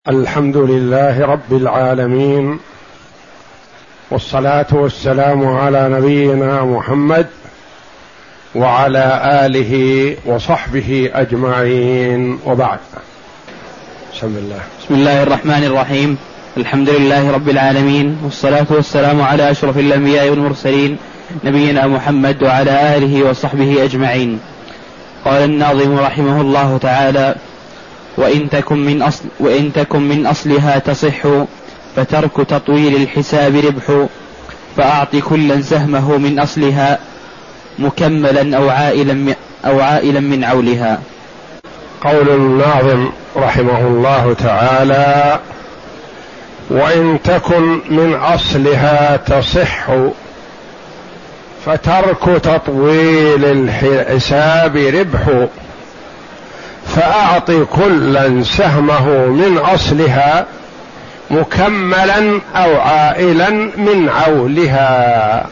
الحمد لله رب العالمين، والصلاة والسلام على نبينا محمد وعلى آله وصحبه أجمعين، وبعد. بسم الله الرحمن الرحيم. الحمد لله رب العالمين، والصلاة والسلام على أشرف الأنبياء والمرسلين نبينا محمد وعلى آله وصحبه أجمعين. قال الناظم رحمه الله تعالى: وإن تكن من أصلها تصح، فترك تطويل الحساب ربح، فأعط كلا سهمه من أصلها، مكملا أو عائلا من عولها. قول الناظم رحمه الله تعالى: وإن تكن من أصلها تصح، فترك تطويل الحساب ربح، فأعط كلا سهمه من أصلها، مكملا أو عائلا من عولها.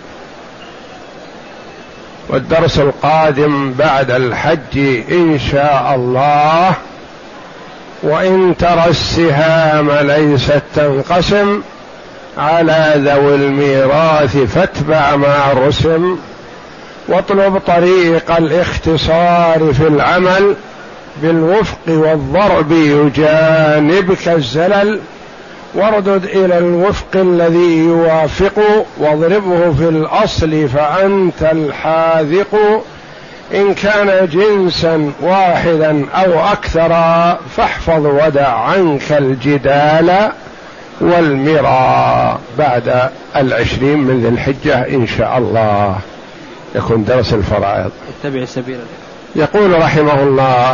والدرس القادم بعد الحج إن شاء الله: وإن ترى السهام ليست تنقسم، على ذوي الميراث فاتبع ما رسم، واطلب طريق الاختصار في العمل، بالوفق والضرب يجانبك الزلل، واردد إلى الوفق الذي يوافق، واضربه في الأصل فأنت الحاذق، إن كان جنسا واحدا أو أكثر، فاحفظ ودع عنك الجدال والمرى. بعد 20 من ذي الحجة إن شاء الله يكون درس الفرائض. اتبع سبيل. يقول رحمه الله: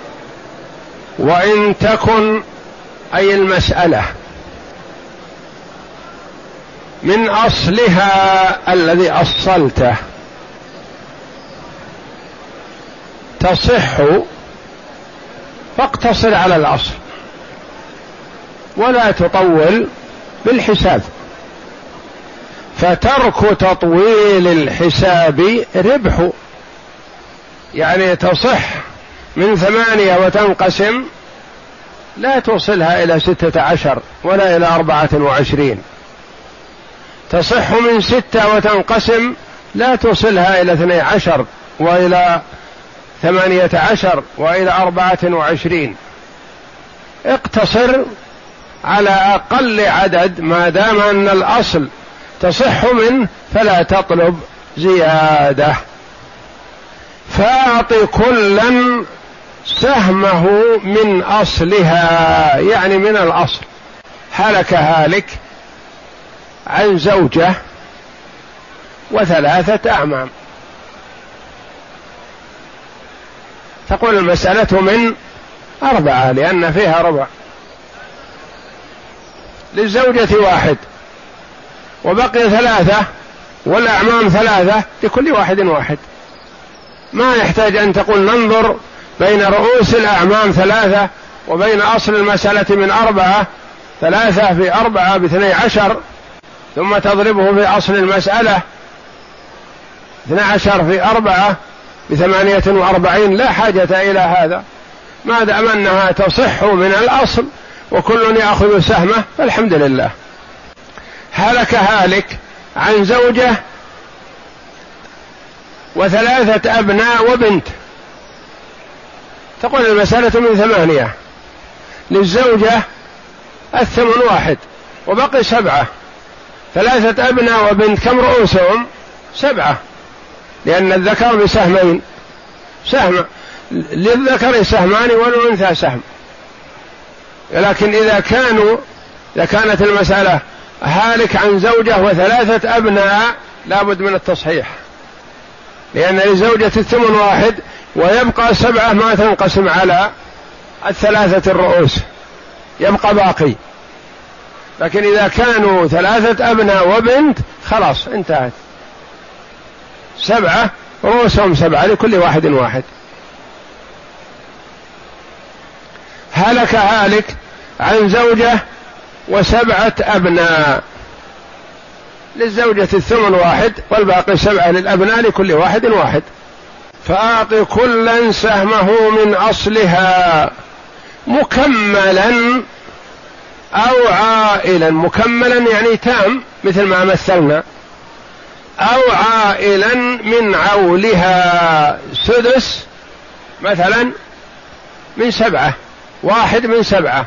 وإن تكن، أي المسألة، من أصلها الذي أصلته تصح، فاقتصر على الأصل ولا تطول بالحساب. فترك تطويل الحساب ربح، يعني تصح من 8 وتنقسم، لا توصلها إلى 16 ولا إلى 24. تصح من 6 وتنقسم، لا توصلها إلى 12 وإلى 18 وإلى 24. اقتصر على أقل عدد ما دام أن الأصل تصح منه، فلا تطلب زيادة. فأعط كلا سهمه من أصلها، يعني من الأصل. هلك هالك عن زوجة و3 أعمام، تقول المسألة من 4 لأن فيها ربع. للزوجة 1 وبقي 3 والأعمام 3، لكل واحد 1. ما يحتاج أن تقول ننظر بين رؤوس الأعمام 3 وبين أصل المسألة من 4، 3 في 4 ب12، ثم تضربه في أصل المسألة 12 في 4 ب48. لا حاجة إلى هذا، ما دام أنها تصح من الأصل وكل يأخذ سهمه فالحمد لله. هلك هالك عن زوجة و3 أبناء وبنت، تقول المسألة من 8. للزوجة 8 وبقي 7، 3 أبناء وبنت، كم رؤوسهم؟ 7، لأن الذكر بسهمين، سهم للذكر سهمان والأنثى سهم. لكن إذا كانت المسألة هالك عن زوجة و3 أبناء، لابد من التصحيح، لأن لزوجة 8 ويبقى 7 ما تنقسم على 3 الرؤوس، يبقى باقي. لكن إذا كانوا 3 أبناء وبنت خلاص انتهت، 7 رؤوسهم 7، لكل واحد 1. هلك هالك عن زوجة و7 أبناء، للزوجة 8 والباقي 7 للأبناء، لكل واحد 1. فأعط كلا سهمه من أصلها، مكملا أو عائلا، مكملا يعني تام مثل ما مثلنا، أو عائلا من عولها سدس مثلا من 7، 1 من 7،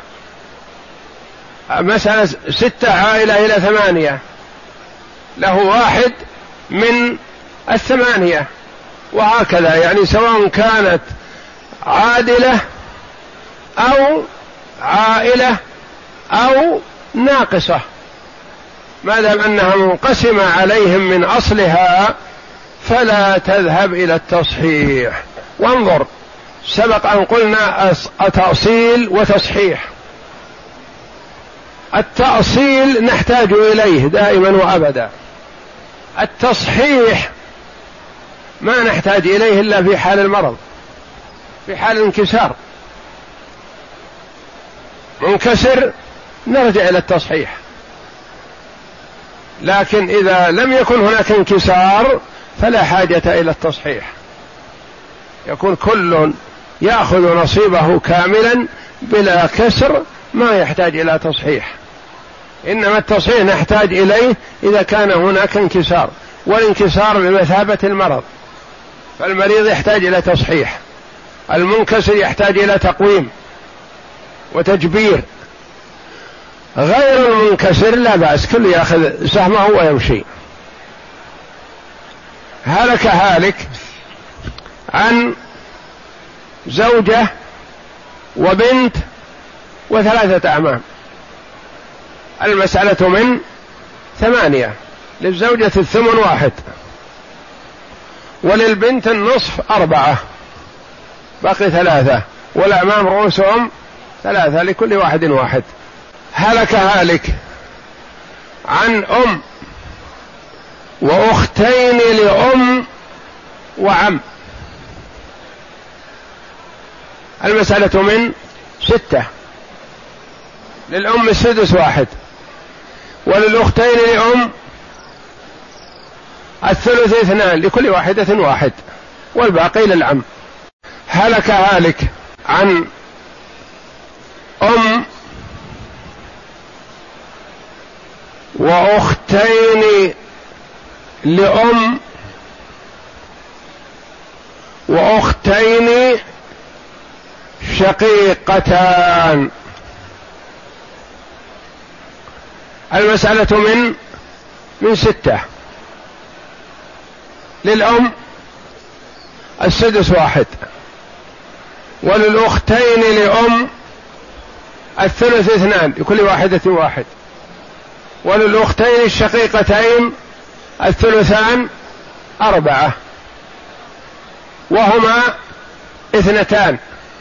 مسألة 6 عائلة إلى 8 له 1 من 8، وهكذا، يعني سواء كانت عادلة أو عائلة أو ناقصة، ما دام أنها منقسمة عليهم من أصلها فلا تذهب إلى التصحيح. وانظر، سبق أن قلنا تأصيل وتصحيح. التأصيل نحتاج إليه دائما وأبدا، التصحيح ما نحتاج إليه إلا في حال المرض، في حال الانكسار، منكسر نرجع إلى التصحيح. لكن إذا لم يكن هناك انكسار فلا حاجة إلى التصحيح، يكون كل يأخذ نصيبه كاملا بلا كسر، ما يحتاج إلى تصحيح. إنما التصحيح نحتاج إليه إذا كان هناك انكسار، والانكسار بمثابة المرض، فالمريض يحتاج إلى تصحيح، المنكسر يحتاج إلى تقويم وتجبير. غير المنكسر لا بأس، كل يأخذ سهمه ويمشي. هلك هالك عن زوجة وبنت و3 أعمام، المسألة من 8، للزوجة الثمن 1 وللبنت النصف 4، باقي 3، والأعمام رؤوسهم 3 لكل واحد 1. هلك هالك عن أم وأختين لأم وعم، المسألة من 6، للأم السدس 1 وللأختين لأم الثلث 2، لكل واحدة 1 والباقي للعم. هلك هالك عن أم وأختين لأم وأختين شقيقتان، المسألة من 6، للأم السدس 1 وللأختين لأم الثلث 2، لكل واحدة 1 وللأختين الشقيقتين الثلثان 4 وهما 2،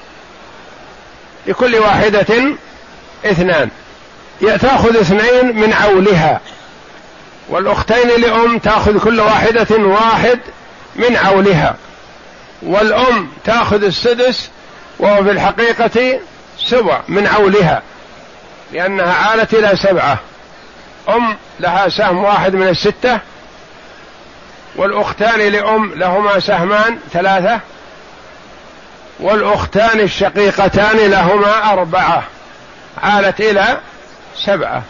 لكل واحدة 2، تأخذ 2 من عولها، والأختين لأم تأخذ كل واحدة 1 من عولها، والأم تأخذ السدس وهو في الحقيقة 7 من عولها، لأنها عالت إلى 7. أم لها سهم 1 من 6، والأختان لأم لهما سهمان 3، والأختان الشقيقتان لهما 4، عالت إلى 7،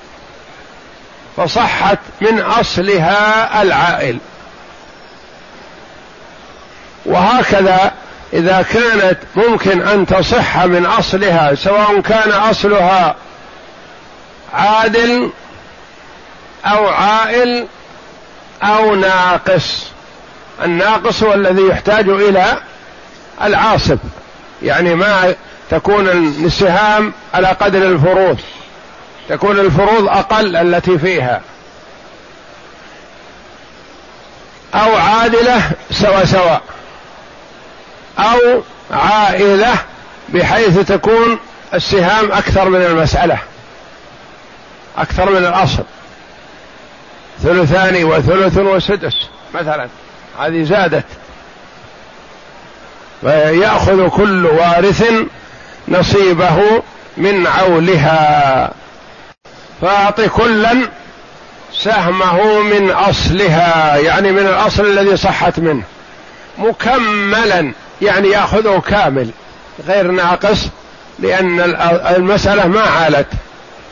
فصحت من أصلها العائل. وهكذا إذا كانت ممكن أن تصح من أصلها، سواء كان أصلها عادل أو عائل أو ناقص. الناقص هو الذي يحتاج إلى العاصب، يعني ما تكون السهام على قدر الفروض، تكون الفروض أقل التي فيها، أو عادلة سوا سوا، أو عائلة بحيث تكون السهام أكثر من المسألة، أكثر من الأصل، 2 وثلث وسدس مثلا، هذه زادت، فيأخذ كل وارث نصيبه من عولها، فأعط كلا سهمه من أصلها، يعني من الأصل الذي صحت منه، مكملا يعني يأخذه كامل غير ناقص، لأن المسألة ما عالت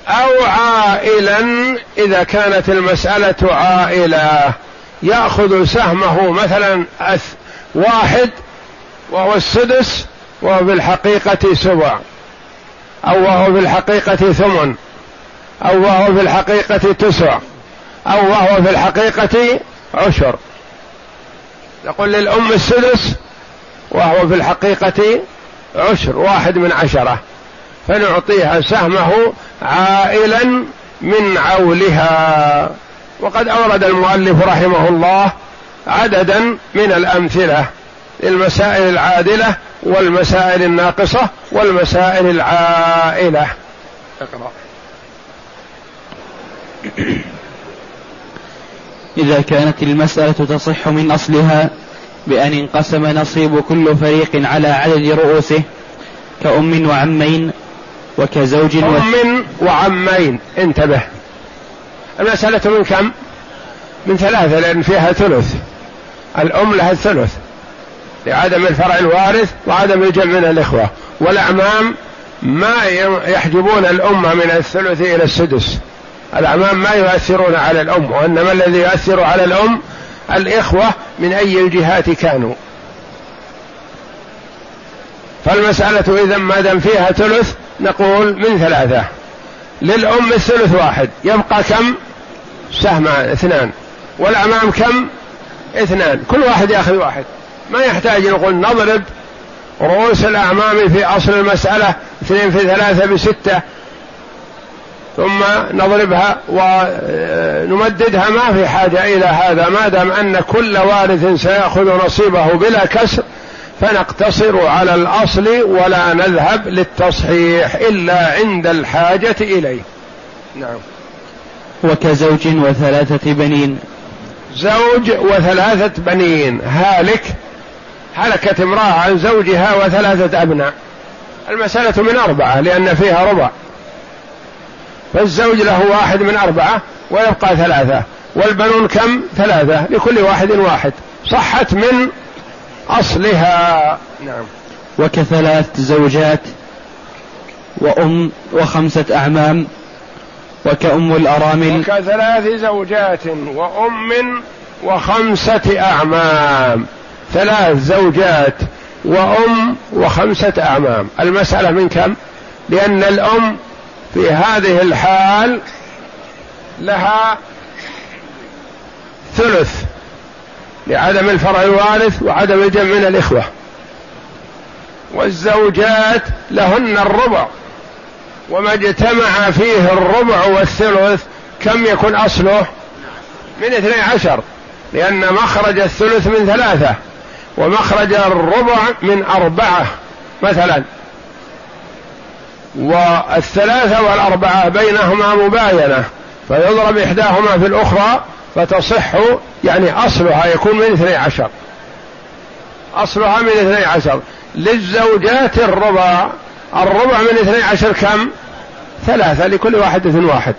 أو عائلا إذا كانت المسألة عائلة يأخذ سهمه مثلا واحد وهو السدس وهو في الحقيقة سبع، أو وهو في الحقيقة ثمن، أو وهو في الحقيقة تسع، أو وهو في الحقيقة عشر. نقول للأم السدس وهو في الحقيقة عشر، 1/10، فنعطيها سهمه عائلا من عولها. وقد أورد المؤلف رحمه الله عددا من الأمثلة للمسائل العادلة والمسائل الناقصة والمسائل العائلة. اقرأ. إذا كانت المسألة تصح من أصلها بأن انقسم نصيب كل فريق على عدد رؤوسه كأم وعمين وكزوج أم وعمين. انتبه، المسألة من كم؟ من 3، لأن فيها ثلث. الأم لها الثلث لعدم الفرع الوارث وعدم الجمع من الإخوة، والأعمام ما يحجبون الأمة من الثلث إلى السدس. الأعمام ما يؤثرون على الأم، وإنما الذي يؤثر على الأم الإخوة من أي الجهات كانوا. فالمسألة إذا ما دام فيها ثلث نقول من 3. للأم الثلث 1، يبقى كم؟ سهم 2. والأعمام كم؟ 2، كل واحد يأخذ 1. ما يحتاج نقول نضرب رؤوس الأعمام في أصل المسألة 2 في 3 ب6 ثم نضربها ونمددها. ما في حاجة إلى هذا، ما دام أن كل وارث سيأخذ نصيبه بلا كسر فنقتصر على الأصل ولا نذهب للتصحيح إلا عند الحاجة إليه. نعم. وكزوج و3 بنين. زوج و3 بنين، هلكت امرأة عن زوجها و3 أبناء، المسألة من 4 لأن فيها ربع، فالزوج له 1/4 ويبقى 3، والبنون كم؟ 3، لكل واحد 1، صحت من أصلها. نعم. وك3 زوجات وأم و5 أعمام وكأم الأرامل. وك3 زوجات وأم و5 أعمام، 3 زوجات وأم و5 أعمام. المسألة من كم؟ لأن الأم في هذه الحال لها ثلث لعدم الفرع الوارث وعدم الجمع من الإخوة، والزوجات لهن الربع، وما اجتمع فيه الربع والثلث كم يكون أصله؟ من 12، لأن مخرج الثلث من 3 ومخرج الربع من 4 مثلا، والثلاثة والأربعة بينهما مباينة، فيضرب إحداهما في الأخرى فتصح، يعني أصلها يكون من 12، أصلها من 12. للزوجات الربع من 12 كم؟ 3، لكل واحدة 1.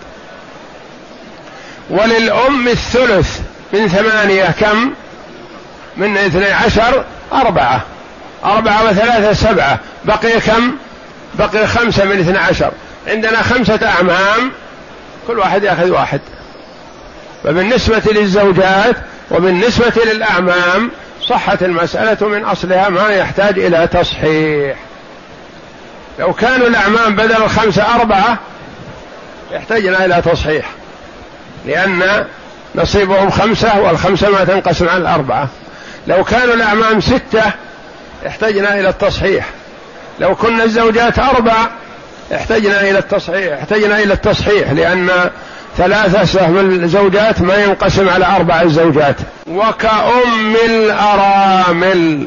وللأم الثلث من 8 كم؟ من 12 4 و3 7، بقي كم؟ بقي 5 من 12. عندنا 5 أعمام، كل واحد يأخذ 1. فبالنسبة للزوجات وبالنسبة للأعمام صحت المسألة من أصلها، ما يحتاج إلى تصحيح. لو كانوا الأعمام بدل 5 4 يحتاجنا إلى تصحيح، لأن نصيبهم 5 والخمسة ما تنقسم على 4. لو كانوا الأعمام 6 احتاجنا إلى التصحيح. لو كنا الزوجات 4 احتاجنا إلى التصحيح، لأن 3 سهم الزوجات ما ينقسم على 4 الزوجات. وكأم الأرامل.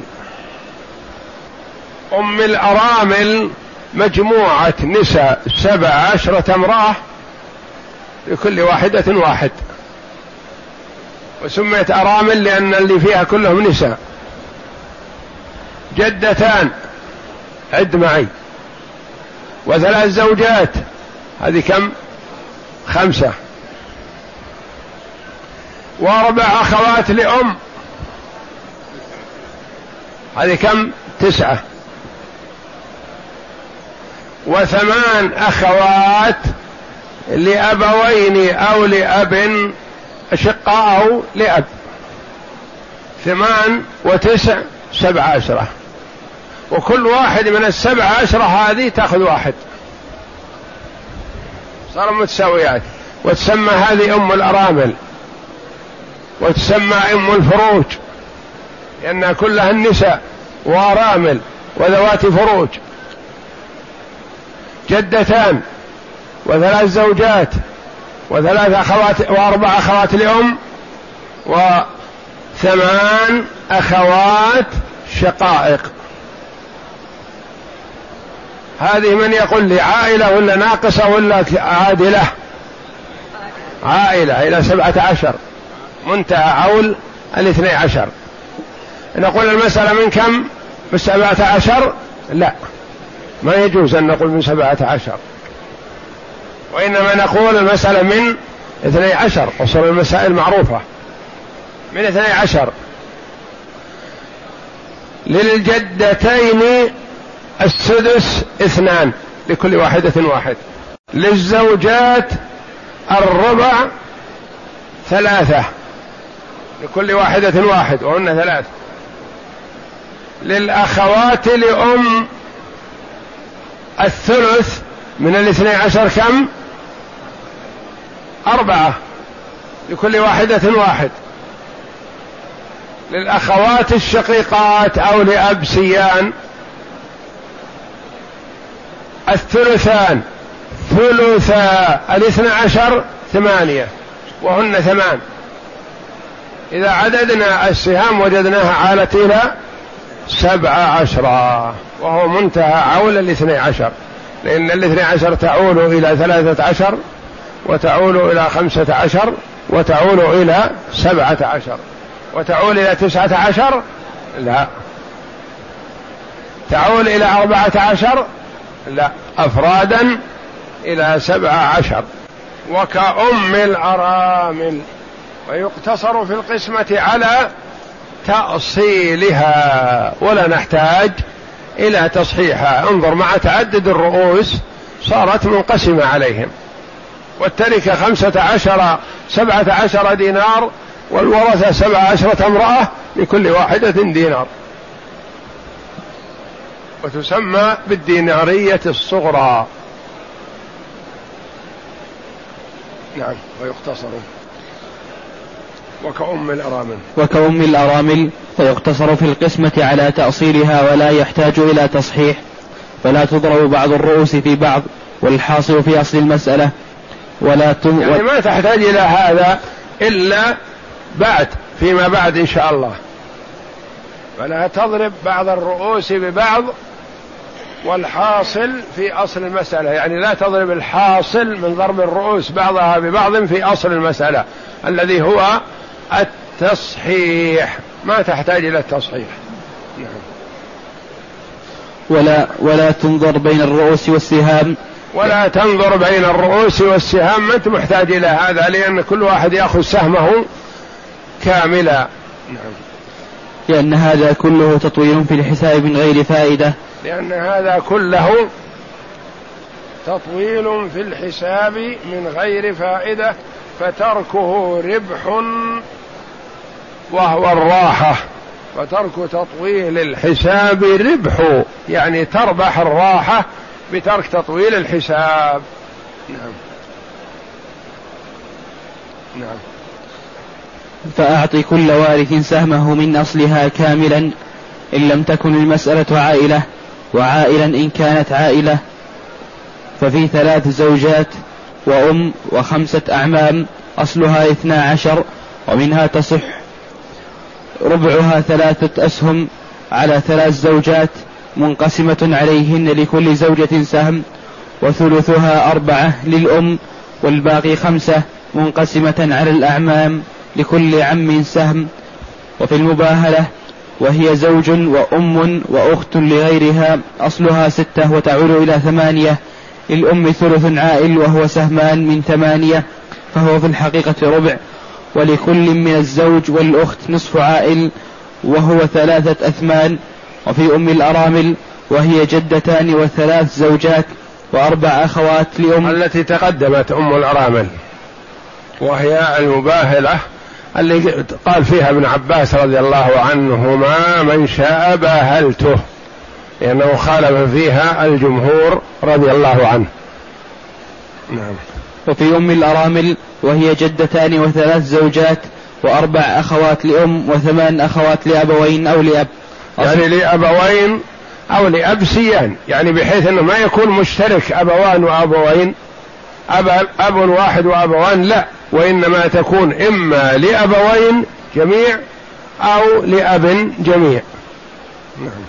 أم الأرامل مجموعة نساء 17 امرأة، لكل واحدة 1، وسميت أرامل لأن اللي فيها كلهم نساء. جدتان، عد معي، و3 زوجات، هذه كم؟ 5، و4 أخوات لأم، هذه كم؟ 9، و8 أخوات لأبوين أو لأب أشقاء أو لأب 8 و9 17، وكل واحد من 17 هذه تأخذ واحد، صاروا متساويات. وتسمى هذه أم الأرامل، وتسمى أم الفروج، لأنها كلها النساء وأرامل وذوات فروج. جدتان و3 زوجات و3 أخوات و4 أخوات لأم و8 أخوات شقائق. هذه من يقول لي عائلة ولا ناقصة ولا عادلة؟ عائلة إلى 17، منتهى عول 12. نقول المسألة من كم؟ من 17؟ لا، ما يجوز أن نقول من 17، وإنما نقول المسألة من 12. أصول المسائل معروفة من 12. للجدتين السدس 2، لكل واحدة 1. للزوجات الربع 3، لكل واحدة 1، وهن 3. للأخوات لأم الثلث من 12 كم؟ 4، لكل واحدة 1. للأخوات الشقيقات أو لأب سيان الثلثان، ثلثا 12 8، وهن 8. إذا عددنا السهام وجدناها عالت إلى 17، وهو منتهى عول 12، لأن 12 تعول إلى 13 وتعول إلى 15 وتعول إلى 17 وتعول إلى 19، لا، تعول إلى 14، لا، أفرادا إلى 17. وكأم الأرامل، ويقتصر في القسمة على تأصيلها ولا نحتاج إلى تصحيحها. انظر، مع تعدد الرؤوس صارت منقسمة عليهم، والتركة 17 دينار، والورثة 17 امرأة، لكل واحدة دينار، وتسمى بالدينارية الصغرى. نعم. ويقتصر وكأم الأرامل فيقتصر في القسمة على تأصيلها ولا يحتاج إلى تصحيح، فلا تضرب بعض الرؤوس في بعض، والحاصل في أصل المسألة يعني ما تحتاج إلى هذا إلا فيما بعد إن شاء الله. فلا تضرب بعض الرؤوس ببعض، والحاصل في أصل المسألة، يعني لا تضرب الحاصل من ضرب الرؤوس بعضها ببعض في أصل المسألة الذي هو التصحيح، ما تحتاج إلى التصحيح. ولا تنظر بين الرؤوس والسهام، ولا تنظر بين الرؤوس والسهام، ما أنت محتاج إلى هذا، لأن كل واحد يأخذ سهمه كاملا. لأن هذا كله تطويل في الحساب من غير فائدة، لأن هذا كله تطويل في الحساب من غير فائدة، فتركه ربح وهو الراحة. فترك تطويل الحساب ربح، يعني تربح الراحة بترك تطويل الحساب. نعم. فأعط كل وارث سهمه من أصلها كاملا، إن لم تكن المسألة عائلة، وعائلا إن كانت عائلة. ففي 3 زوجات وأم و5 أعمام أصلها 12، ومنها تصح ربعها 3 أسهم على 3 زوجات منقسمة عليهن لكل زوجة سهم، وثلثها 4 للأم، والباقي 5 منقسمة على الأعمام لكل عم سهم. وفي المباهلة وهي زوج وأم وأخت لغيرها أصلها 6 وتعول إلى 8، للأم ثلث عائل وهو سهمان من 8، فهو في الحقيقة ربع. ولكل من الزوج والأخت نصف عائل وهو 3 أثمان. وفي أم الأرامل وهي جدتان و3 زوجات وأربع أخوات لأم. التي تقدمت أم الأرامل، وهي المباهلة اللي قال فيها ابن عباس رضي الله عنهما: من شاء باهلته، لأنه خالف فيها الجمهور رضي الله عنه. نعم. وفي أم الأرامل وهي جدتان وثلاث زوجات وأربع أخوات لأم وثمان أخوات لأبوين أو لأب، يعني لأبوين أو لأب سيان، يعني بحيث أنه ما يكون مشترك أبوان وأبوين، أب واحد وأبوان، لا، وإنما تكون إما لأبوين جميع أو لأب جميع. نعم.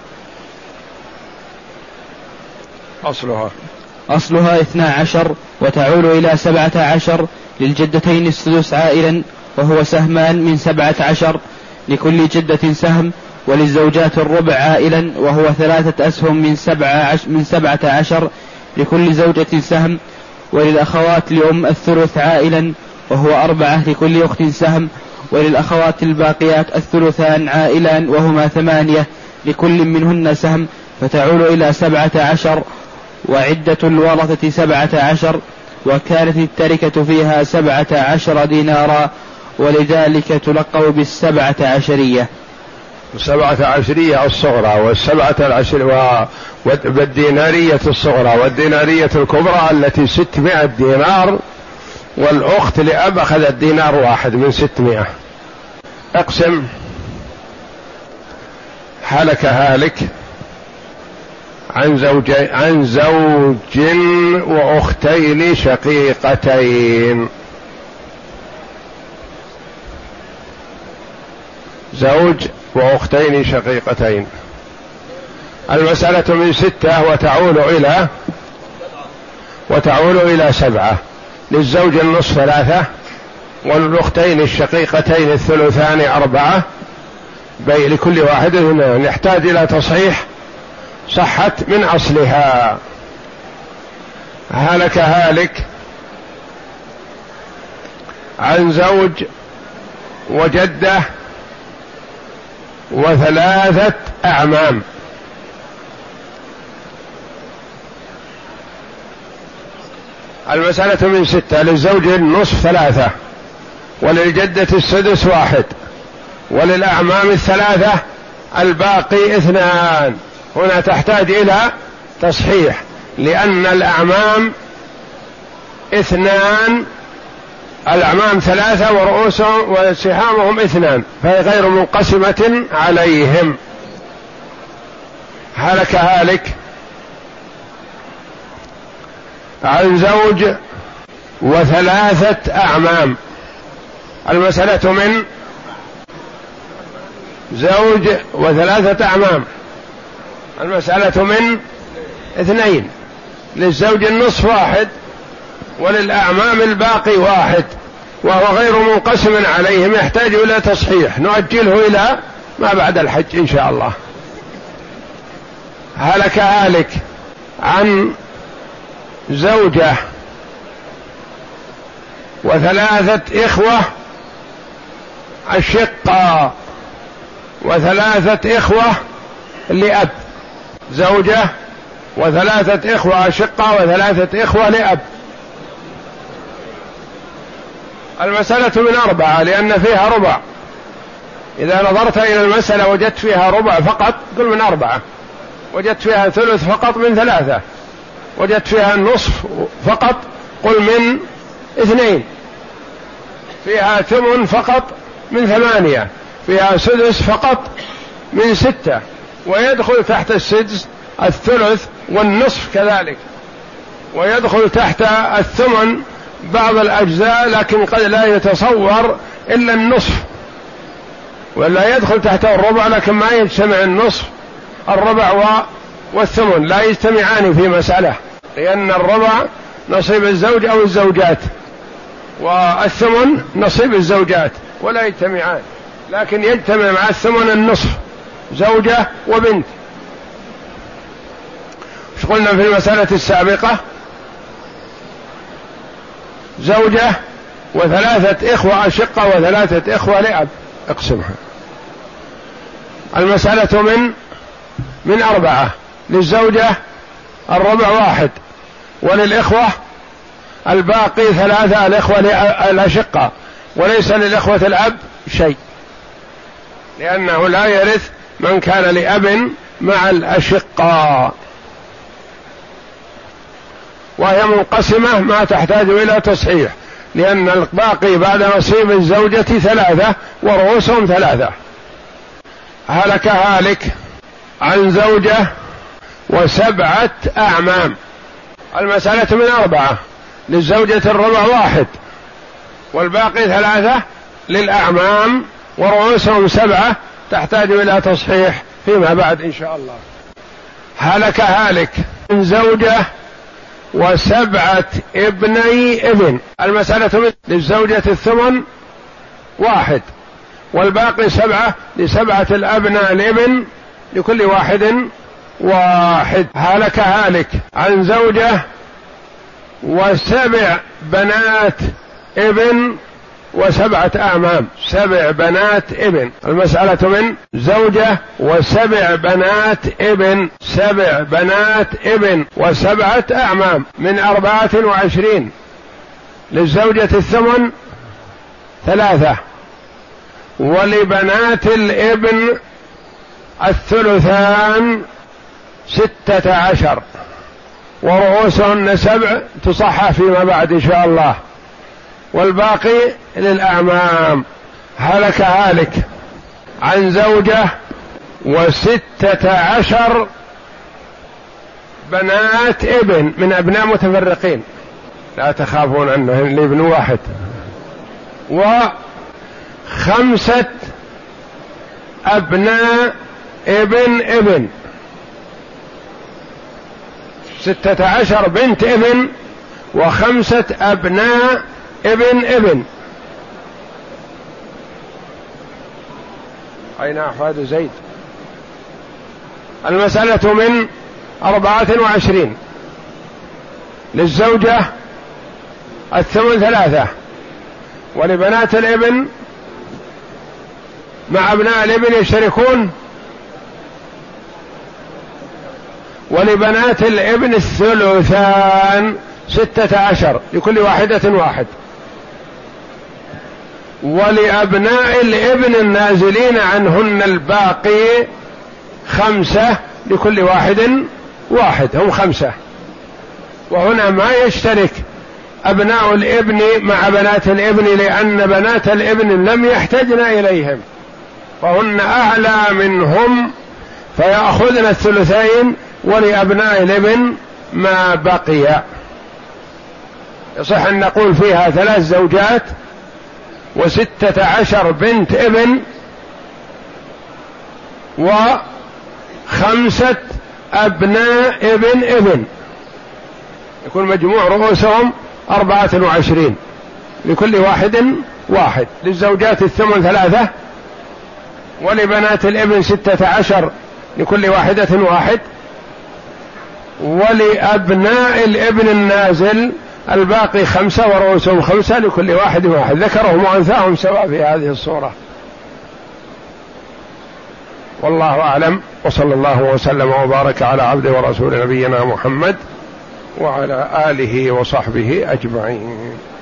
أصلها 12 وتعول إلى 17، للجدتين السدس عائلا وهو سهمان من 17، لكل جدة سهم، وللزوجات الربع عائلا وهو 3 أسهم من 17، لكل زوجة سهم، وللأخوات لأم الثلث عائلا وهو 4، لكل أخت سهم، وللأخوات الباقيات الثلثان عائلان وهما 8، لكل منهن سهم، فتعول إلى 17، وعدة الورثة 17، وكانت التركة فيها 17 دينارا، ولذلك تلقب ب17 17 الصغرى وال17 والدينارية الصغرى والدينارية الكبرى التي 600 دينار، والأخت لأب أخذت دينار واحد من 600. اقسم. هلك هالك عن زوج وأختين شقيقتين. زوج وأختين شقيقتين. المسألة من 6 وتعول إلى 7. للزوج النصف 3، والأختين الشقيقتين الثلثان 4، لكل واحد نحتاج إلى تصحيح، صحت من أصلها. هلك هالك عن زوج وجدة و3 أعمام. المسألة من 6. للزوج النصف 3، وللجدة السدس 1، وللأعمام 3، الباقي 2. هنا تحتاج إلى تصحيح، لأن الأعمام 2، الأعمام 3 ورؤوسهم وسهامهم 2، فهي غير منقسمة عليهم. هلك هالك عن زوج و3 أعمام. المسألة من زوج و3 أعمام. المسألة من 2. للزوج النصف 1، وللأعمام الباقي 1، وهو غير منقسم عليهم، يحتاج إلى تصحيح، نؤجله إلى ما بعد الحج إن شاء الله. هلك هالك عن زوجة و3 إخوة أشقة و3 إخوة لأب. زوجة و3 إخوة أشقة و3 إخوة لأب. المسألة من 4 لأن فيها ربع. إذا نظرت إلى المسألة وجدت فيها ربع فقط قل من 4، وجدت فيها ثلث فقط من 3، وجدت فيها النصف فقط قل من 2، فيها ثمن فقط من 8، فيها سدس فقط من 6، ويدخل تحت السدس الثلث والنصف كذلك، ويدخل تحت الثمن بعض الأجزاء، لكن قد لا يتصور إلا النصف، ولا يدخل تحت الربع، لكن ما يجتمع النصف الربع والثمن لا يجتمعان في مسألة، لأن الربع نصيب الزوج أو الزوجات، والثمن نصيب الزوجات، ولا يجتمعان، لكن يجتمع مع الثمن النصف، زوجة وبنت. ايش قلنا في المسألة السابقة؟ زوجة و3 إخوة أشقة و3 إخوة لأب. اقسمها. المسألة من 4. للزوجة الربع 1، وللإخوة الباقي 3 الإخوة الأشقة، وليس للإخوة الأب شيء، لأنه لا يرث من كان لأب مع الأشقة، وهي منقسمة ما تحتاج إلى تصحيح، لأن الباقي بعد نصيب الزوجة 3 ورؤوسهم 3. هلك هالك عن زوجة و7 أعمام. المسألة من 4، للزوجة الربع 1 والباقي 3 للأعمام ورؤوسهم 7، تحتاج إلى تصحيح فيما بعد إن شاء الله. هلك هالك من زوجة و7 ابني ابن. المسألة للزوجة الثمن 1 والباقي 7، ل7 الأبناء الابن لكل واحد 1. هلك هالك عن زوجة و7 بنات ابن و7 أعمام. 7 بنات ابن. المسألة من زوجة و7 بنات ابن، 7 بنات ابن و7 أعمام من 24. للزوجة الثمن 3 ولبنات الابن 3 16 ورؤوسهن 7، تصحح فيما بعد إن شاء الله، والباقي للأعمام. هلك هالك عن زوجة و16 بنات ابن من أبناء متفرقين، لا تخافون أنه الابن 1، و5 أبناء ابن 16 بنت ابن و5 أبناء ابن. أين أحفاد زيد؟ المسألة من 24. للزوجة الثمن 3 ولبنات الابن مع أبناء الابن يشتركون، ولبنات الابن 3 16 لكل واحدة 1، ولأبناء الابن النازلين عنهن الباقي 5 لكل واحد 1، هم 5. وهنا ما يشترك أبناء الابن مع بنات الابن، لأن بنات الابن لم يحتجن إليهم، فهن أعلى منهم فيأخذن 2، ولأبناء الابن ما بقي. يصح أن نقول فيها 3 زوجات و16 بنت ابن و5 أبناء ابن، يكون مجموع رؤوسهم 24 لكل واحد 1. للزوجات الثمن 3 ولبنات الابن 16 لكل واحدة 1، ولأبناء الابن النازل الباقي 5 ورؤوسهم 5 لكل واحد 1. ذكرهم وأنثاهم سواء في هذه الصورة. والله أعلم، وصلى الله وسلم وبارك على عبده ورسول نبينا محمد وعلى آله وصحبه أجمعين.